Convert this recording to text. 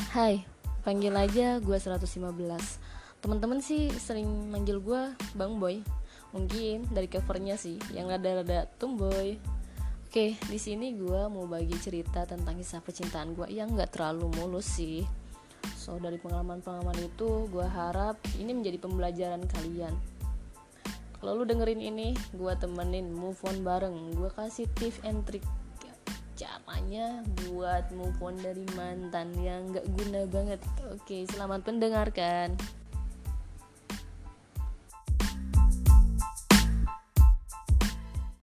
Hai, panggil aja gue 115. Temen-temen sih sering manggil gue Bang Boy. Mungkin dari covernya sih yang rada-rada tomboy. Oke, di sini gue mau bagi cerita tentang kisah percintaan gue yang gak terlalu mulus sih. So, dari pengalaman-pengalaman itu gue harap ini menjadi pembelajaran kalian. Kalau lu dengerin ini, gue temenin move on bareng. Gue kasih tips and trick caranya buat move on dari mantan yang gak guna banget. Oke, selamat mendengarkan.